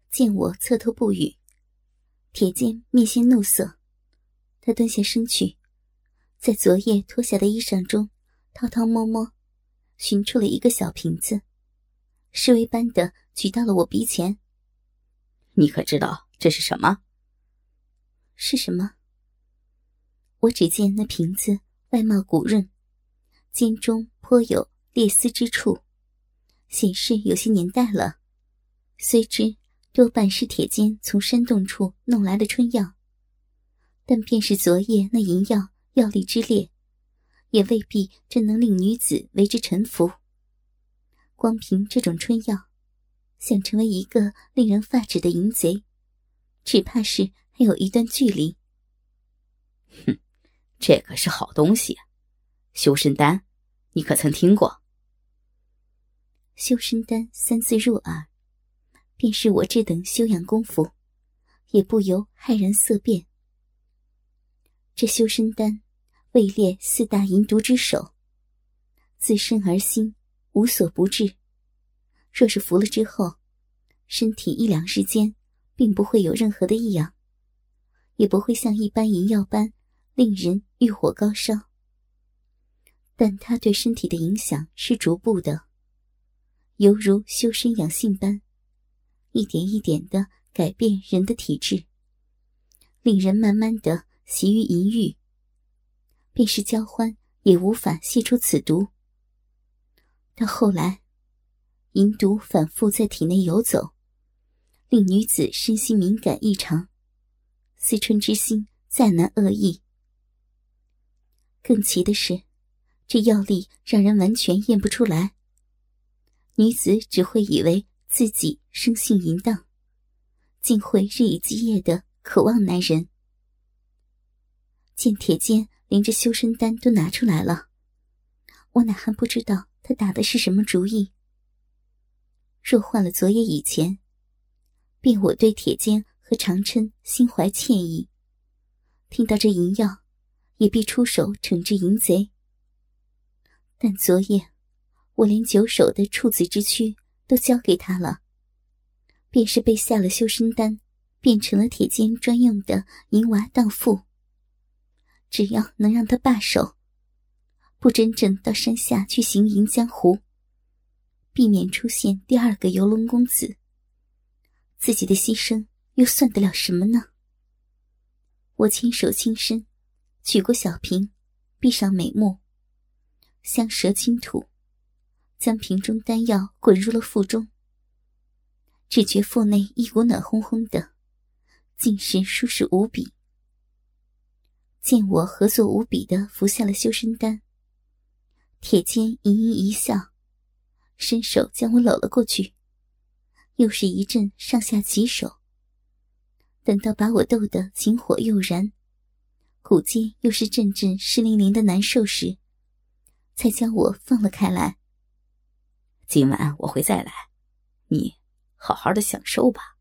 见我侧头不语，铁剑面现怒色，他蹲下身去，在昨夜脱下的衣裳中掏掏摸摸，寻出了一个小瓶子，示威般的举到了我鼻前。 你可知道这是什么？ 是什么？我只见那瓶子外貌古润，尖中颇有裂丝之处，显示有些年代了，虽知多半是铁剑从山洞处弄来的春药，但便是昨夜那银药药力之烈，也未必真能令女子为之臣服。光凭这种春药，想成为一个令人发指的淫贼，只怕是还有一段距离。 哼，这可是好东西啊！修身丹，你可曾听过？ 修身丹三字入耳，便是我这等修养功夫，也不由骇然色变。这修身丹位列4大淫毒之首，自身而心，无所不至。若是服了之后，身体1、2日间并不会有任何的异样，也不会像一般淫药般令人欲火高烧。但它对身体的影响是逐步的，犹如修身养性般，一点一点地改变人的体质，令人慢慢地习于淫欲，便是交欢也无法泄出此毒。到后来，淫毒反复在体内游走，令女子身心敏感异常，思春之心再难遏抑。更奇的是，这药力让人完全验不出来，女子只会以为自己生性淫荡，竟会日以继夜地渴望男人。见铁剑连着修身丹都拿出来了，我哪还不知道他打的是什么主意。若换了昨夜以前，便我对铁剑和长琛心怀歉意，听到这淫药也必出手惩治淫贼。但昨夜我连9手的处子之躯都交给他了，便是被下了修身丹，变成了铁剑专用的淫娃荡妇。只要能让他罢手，不真正到山下去行淫江湖，避免出现第2个游龙公子，自己的牺牲又算得了什么呢？我轻手轻身，取过小瓶，闭上美目，香舌轻吐，将瓶中丹药滚入了腹中。只觉腹内一股暖烘烘的，竟是舒适无比。见我合作无比地服下了修身丹，铁剑盈盈一笑，伸手将我搂了过去，又是一阵上下其手。等到把我逗得情火又燃，骨间又是阵阵湿淋淋的难受时，才将我放了开来。 今晚我会再来，你好好的享受吧。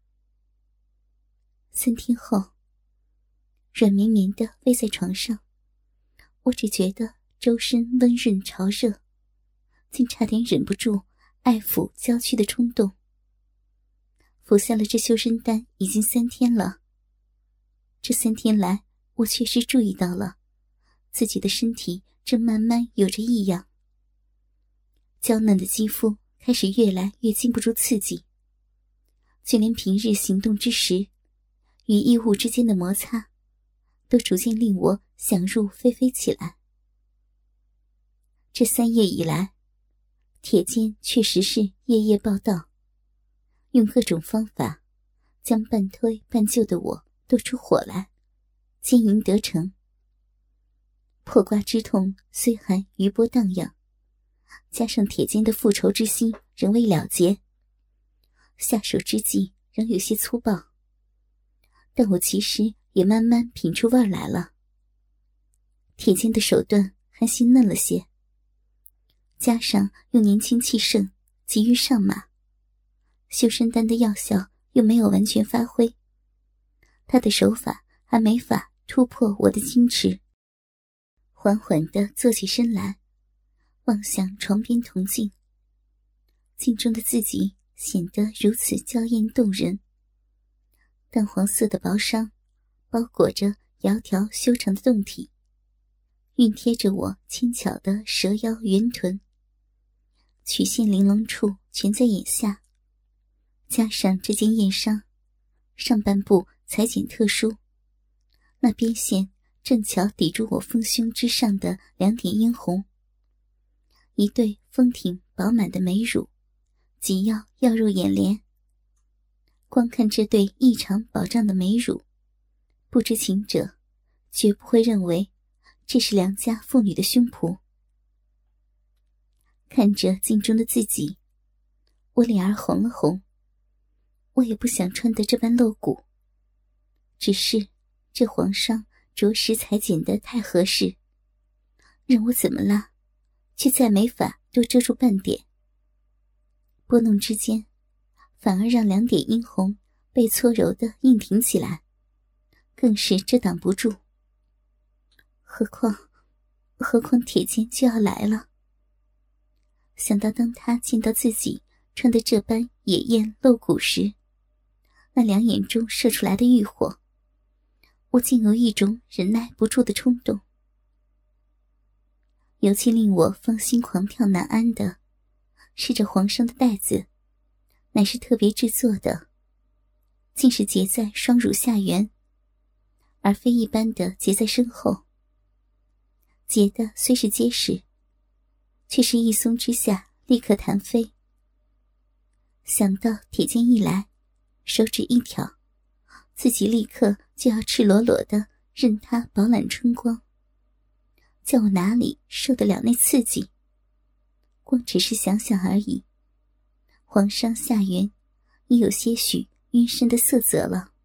3天后，软绵绵的偎在床上，我只觉得周身温润潮热，竟差点忍不住爱抚娇躯的冲动。服下了这修身丹已经3天了，这3天来我确实注意到了自己的身体正慢慢有着异样，娇嫩的肌肤开始越来越经不住刺激，就连平日行动之时与异物之间的摩擦都逐渐令我想入非非起来。这3夜以来，铁剑确实是夜夜报道，用各种方法将半推半就的我斗出火来，奸淫得逞。破瓜之痛虽还余波荡漾，加上铁剑的复仇之心仍未了结，下手之际仍有些粗暴，但我其实也慢慢品出味来了。铁剑的手段还细嫩了些，加上又年轻气盛，急于上马，修身丹的药效又没有完全发挥，他的手法还没法突破我的矜持。缓缓地坐起身来，望向床边铜镜，镜中的自己显得如此娇艳动人。 淡黄色的薄纱包裹着窈窕修长的胴体，熨贴着我轻巧的蛇腰圆臀，曲线玲珑处全在眼下。加上这件艳纱，上半部裁剪特殊，那边线正巧抵住我丰胸之上的2点嫣红，一对丰挺饱满的美乳及腰要入眼帘。光看这对异常饱胀的美乳，不知情者绝不会认为这是良家妇女的胸脯。看着镜中的自己，我脸儿红了红。我也不想穿得这般露骨，只是这黄裳着实裁剪得太合适，任我怎么拉，却再没法多遮住半点。拨弄之间，反而让2点殷红被搓揉得硬挺起来，更是遮挡不住。何况铁剑就要来了。想到当他见到自己穿得这般野艳露骨时，那2眼中射出来的欲火，我竟有一种忍耐不住的冲动。尤其令我芳心狂跳难安的是这黄裳的带子，乃是特别制作的，竟是结在双乳下缘，而非一般的结在身后。结的虽是结实，却是一松之下立刻弹飞。想到铁剑一来，手指一挑，自己立刻就要赤裸裸地任他饱览春光，叫我哪里受得了那刺激。光只是想想而已，黄裳下缘已有些许晕身的色泽了。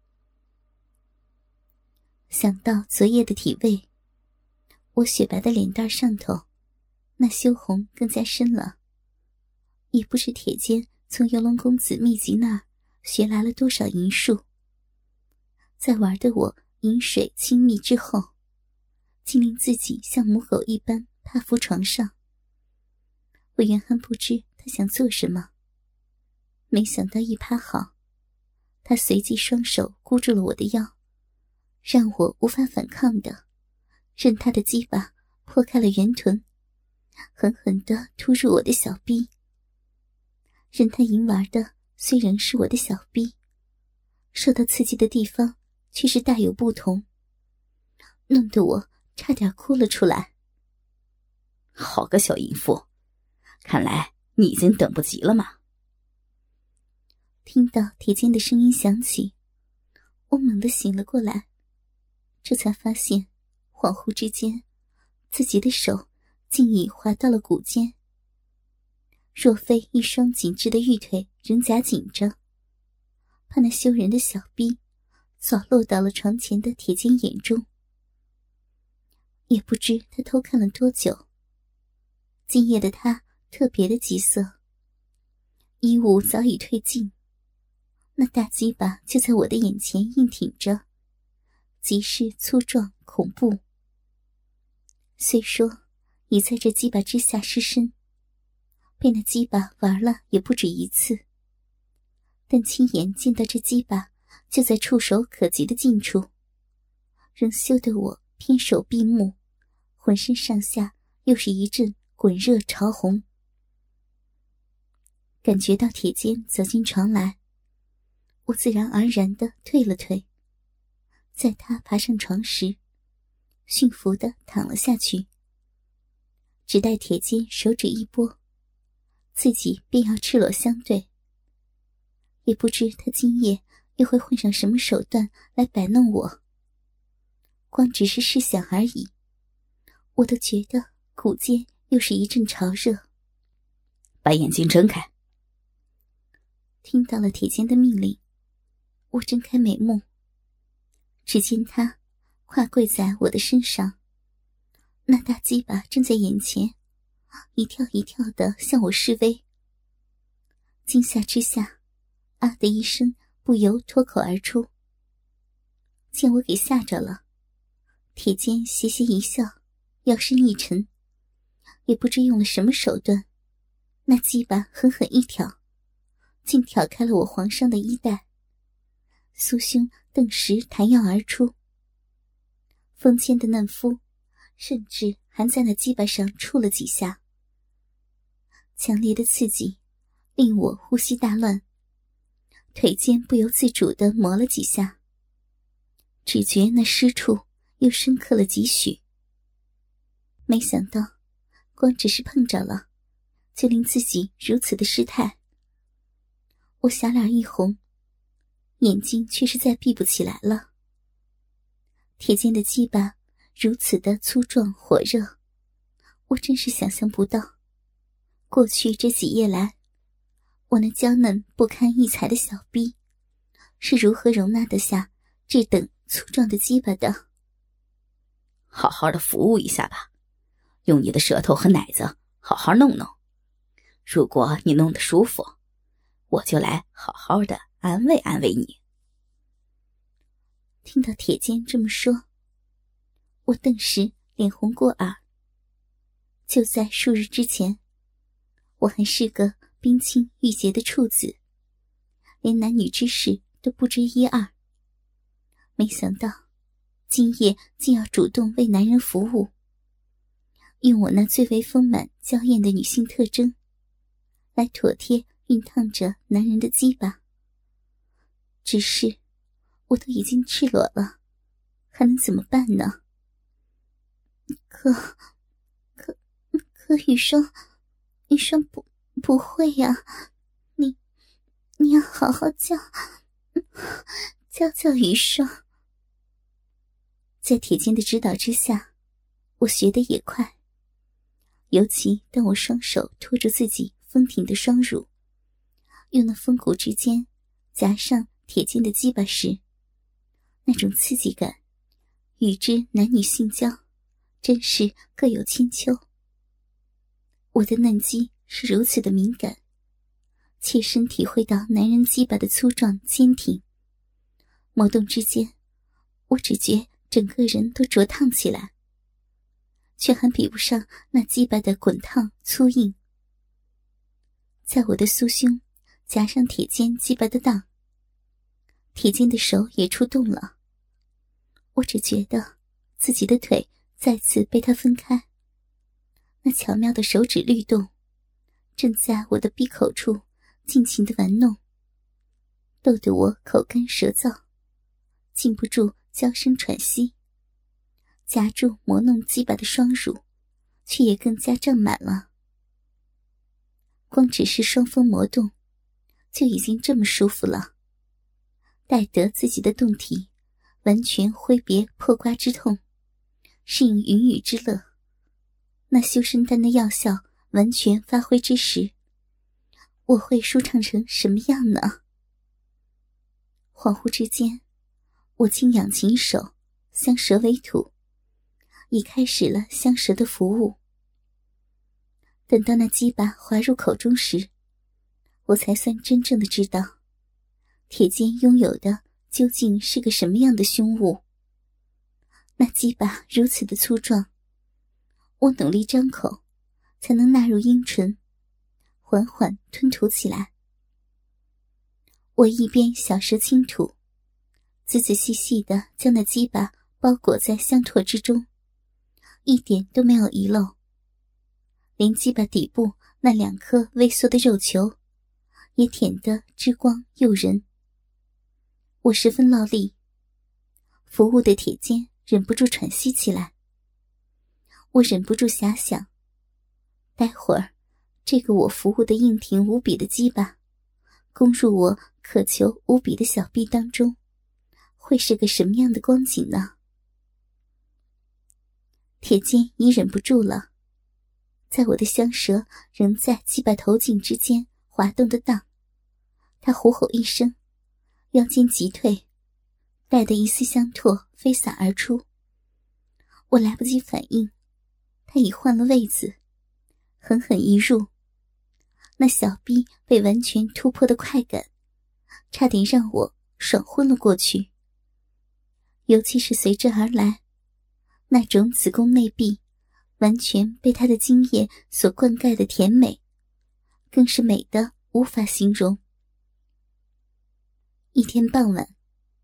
想到昨夜的体味，我雪白的脸蛋上头那羞红更加深了。也不知铁剑从游龙公子秘籍那儿学来了多少淫术，在玩得我饮水亲密之后，竟令自己像母狗一般趴伏床上。我原还不知他想做什么，没想到一趴好，他随即双手箍住了我的腰，让我无法反抗的任他的鸡巴破开了圆臀，狠狠地突入我的小臂。任他淫玩的虽仍是我的小臂，受到刺激的地方却是大有不同，弄得我差点哭了出来。 好个小淫妇，看来你已经等不及了嘛。 听到铁剑的声音响起，我猛地醒了过来，这才发现恍惚之间自己的手竟已滑到了骨间。若非一双紧致的玉腿仍夹紧着，怕那羞人的小逼早落到了床前的铁剑眼中。也不知他偷看了多久，今夜的他特别的急色，衣物早已褪尽，那大鸡巴就在我的眼前硬挺着，极是粗壮恐怖。虽说已在这鸡巴之下失身，被那鸡巴玩了也不止一次，但亲眼见到这鸡巴就在触手可及的近处，仍羞得我偏手闭目，浑身上下又是一阵滚热潮红。感觉到铁剑走进床来，我自然而然地退了退，在他爬上床时驯服地躺了下去，只待铁剑手指一拨，自己便要赤裸相对。也不知他今夜又会混上什么手段来摆弄我，光只是试想而已，我都觉得骨间又是一阵潮热。 把眼睛睁开。 听到了铁剑的命令，我睁开美目，只见他跨跪在我的身上，那大鸡巴正在眼前，一跳一跳地向我示威。惊吓之下，啊的一声不由脱口而出。见我给吓着了，铁剑斜斜一笑，腰身一沉，也不知用了什么手段，那鸡巴狠狠一挑，竟挑开了我皇上的衣带， 酥胸顿时弹跃而出，丰腼的嫩肤甚至还在那鸡巴上触了几下。强烈的刺激令我呼吸大乱，腿间不由自主地磨了几下，只觉那湿处又深刻了几许。没想到光只是碰着了，就令自己如此的失态。我小脸一红，眼睛却是再闭不起来了。铁尖的鸡巴如此的粗壮火热，我真是想象不到，过去这几夜来，我那娇嫩不堪一踩的小逼是如何容纳得下这等粗壮的鸡巴的。 好好的服务一下吧，用你的舌头和奶子好好弄弄。如果你弄得舒服，我就来好好的安慰安慰你。 听到铁尖这么说，我顿时脸红过耳。就在数日之前，我还是个冰清玉洁的处子，连男女之事都不知一二。没想到今夜竟要主动为男人服务，用我那最为丰满娇艳的女性特征来妥帖熨烫着男人的鸡巴。只是我都已经赤裸了，还能怎么办呢？可雨生不会呀，你要好好教雨生。在铁尖的指导之下，我学得也快。尤其当我双手托住自己丰挺的双乳，用那丰骨之间夹上铁尖的鸡巴时，那种刺激感与之男女性交真是各有千秋。我的嫩肌是如此的敏感，切身体会到男人鸡巴的粗壮坚挺，摩动之间，我只觉整个人都灼烫起来，却还比不上那鸡巴的滚烫粗硬。在我的酥胸夹上铁尖鸡巴的荡，铁尖的手也触动了，我只觉得自己的腿再次被他分开，那巧妙的手指律动，正在我的闭口处尽情地玩弄，逗得我口干舌燥，禁不住娇声喘息。夹住磨弄鸡巴的双乳却也更加胀满了。光只是双峰磨动就已经这么舒服了，待得自己的胴体完全挥别破瓜之痛，适应云雨之乐，那修身丹的药效完全发挥之时，我会舒畅成什么样呢？恍惚之间，我轻仰琴手，香舌为吐，已开始了香舌的服务。等到那鸡巴滑入口中时，我才算真正的知道铁尖拥有的究竟是个什么样的凶物。那鸡巴如此的粗壮，我努力张口才能纳入阴唇，缓缓吞吐起来。我一边小舌轻吐，仔仔细细地将那鸡巴包裹在香唾之中，一点都没有遗漏，连鸡巴底部那2颗微缩的肉球也舔得之光诱人。我十分落力，服务的铁尖忍不住喘息起来。我忍不住遐想，待会儿这个我服务的硬挺无比的鸡巴攻入我渴求无比的小臂当中，会是个什么样的光景呢？铁尖已忍不住了，在我的香舌仍在鸡巴头颈之间滑动的荡，他虎吼一声，腰间急退，带的一丝香唾飞洒而出。我来不及反应，他已换了位子，狠狠一入，那小逼被完全突破的快感差点让我爽昏了过去。尤其是随之而来那种子宫内壁完全被他的精液所灌溉的甜美，更是美得无法形容。一天傍晚，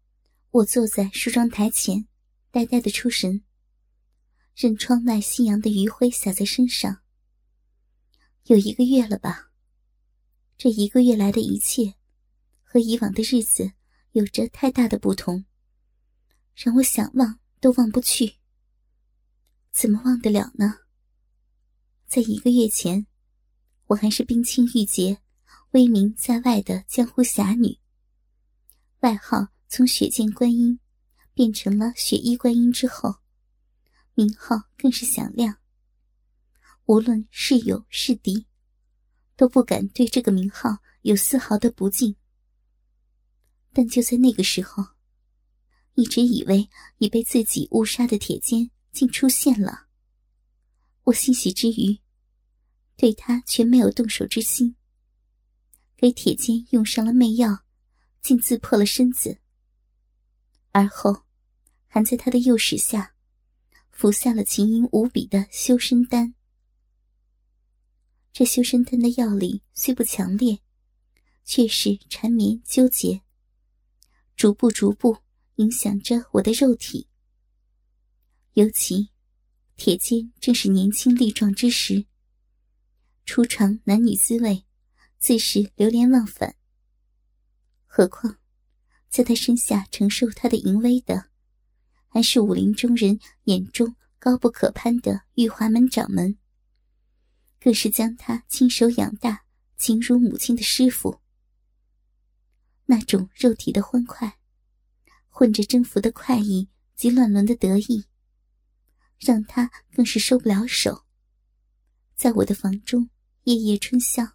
我坐在梳妆台前，呆呆的出神，任窗外夕阳的余晖洒在身上。有1个月了吧，这1个月来的一切和以往的日子有着太大的不同，让我想忘都忘不去。怎么忘得了呢？在1个月前，我还是冰清玉洁、威名在外的江湖侠女，外号从雪见观音变成了雪衣观音之后，名号更是响亮。无论是友是敌，都不敢对这个名号有丝毫的不敬。但就在那个时候，一直以为已被自己误杀的铁坚竟出现了。我欣喜之余，对他却没有动手之心，给铁坚用上了媚药，竟自破了身子。而后还在他的诱使下服下了情淫无比的修身丹。这修身丹的药力虽不强烈，却是缠绵纠结，逐步影响着我的肉体。尤其铁坚正是年轻力壮之时，初尝男女滋味，自是流连忘返。何况在他身下承受他的淫威的，还是武林中人眼中高不可攀的玉华门掌门，更是将他亲手养大情如母亲的师傅。那种肉体的欢快，混着征服的快意及乱伦的得意，让他更是收不了手，在我的房中夜夜春宵。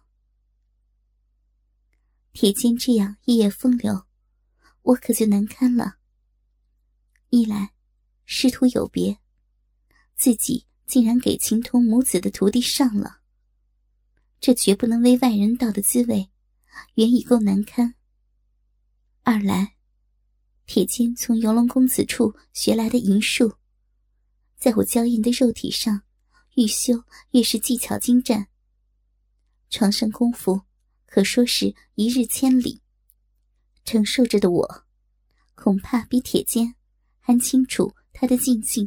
铁坚这样夜夜风流，我可就难堪了。一来师徒有别，自己竟然给情同母子的徒弟上了，这绝不能为外人道的滋味，原已够难堪。二来铁坚从游龙公子处学来的淫术，在我娇艳的肉体上愈修越是技巧精湛，床上功夫可说是一日千里。承受着的我，恐怕比铁坚还清楚他的境界。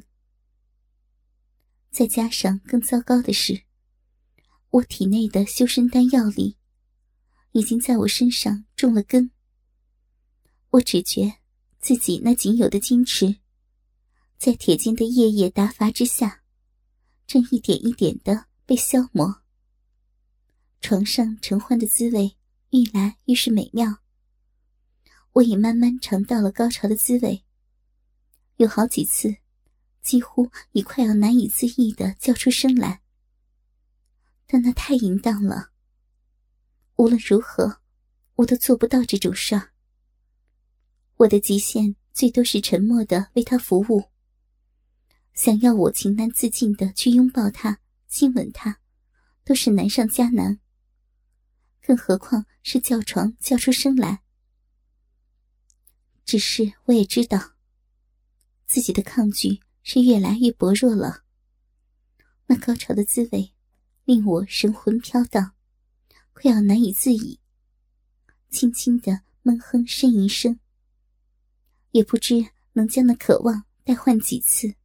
再加上更糟糕的是，我体内的修身丹药力已经在我身上种了根。我只觉自己那仅有的矜持，在铁坚的夜夜打伐之下，正一点一点地被消磨。床上承欢的滋味愈来愈是美妙，我也慢慢尝到了高潮的滋味，有好几次几乎已快要难以自抑地叫出声来。但那太淫荡了，无论如何我都做不到这种事儿。我的极限最多是沉默地为他服务，想要我情难自禁地去拥抱他亲吻他，都是难上加难，更何况是叫床叫出声来。只是我也知道自己的抗拒是越来越薄弱了。那高潮的滋味令我神魂飘荡，快要难以自已，轻轻地闷哼呻吟声，也不知能将那渴望带换几次。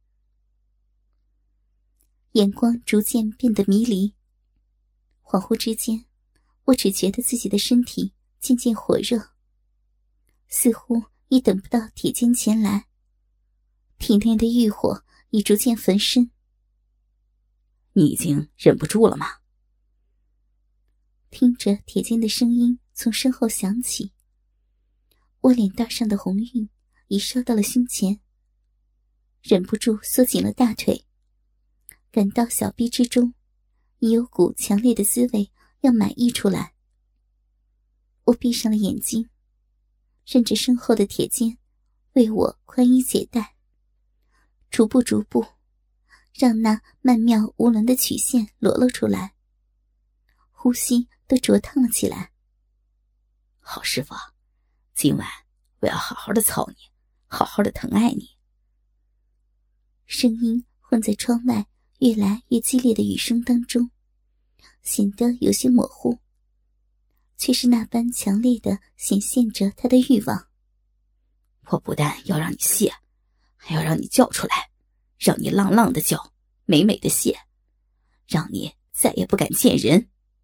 眼光逐渐变得迷离，恍惚之间，我只觉得自己的身体渐渐火热，似乎已等不到铁坚前来，体内的欲火已逐渐焚身。 你已经忍不住了吗？ 听着铁坚的声音从身后响起，我脸蛋上的红晕已烧到了胸前，忍不住缩紧了大腿，感到小臂之中已有股强烈的滋味要满溢出来。我闭上了眼睛，任着身后的铁坚为我宽衣解带，逐步让那曼妙无伦的曲线裸露出来，呼吸都灼烫了起来。 好师傅，今晚我要好好的操你，好好的疼爱你。 声音混在窗外越来越激烈的雨声当中，显得有些模糊，却是那般强烈的显现着他的欲望。 我不但要让你谢，还要让你叫出来，让你浪浪的叫，美美的谢，让你再也不敢见人。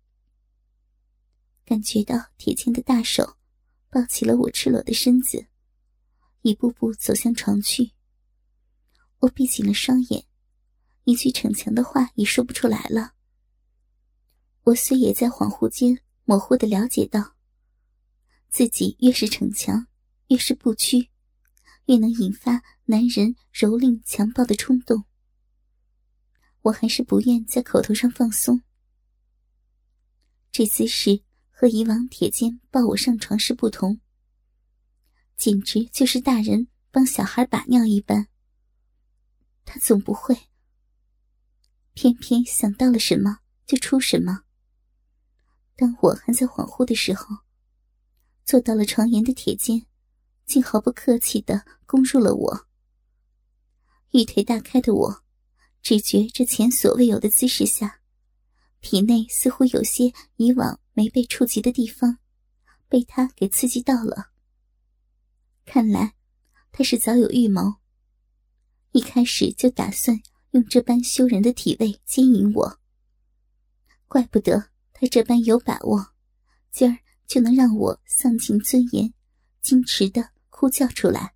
感觉到铁剑的大手抱起了我赤裸的身子，一步步走向床去。我闭紧了双眼，一句逞强的话也说不出来了。我虽也在恍惚间模糊地了解到，自己越是逞强，越是不屈，越能引发男人蹂躏强暴的冲动。我还是不愿在口头上放松。这姿势和以往铁剑抱我上床时不同，简直就是大人帮小孩把尿一般。他总不会偏偏想到了什么就出什么。当我还在恍惚的时候，坐到了床沿的铁剑竟毫不客气地攻入了我。玉腿大开的我只觉这前所未有的姿势下，体内似乎有些以往没被触及的地方被他给刺激到了。看来他是早有预谋，一开始就打算用这般羞人的体位奸淫我。怪不得他这般有把握，今儿就能让我丧尽尊严，矜持地呼叫出来。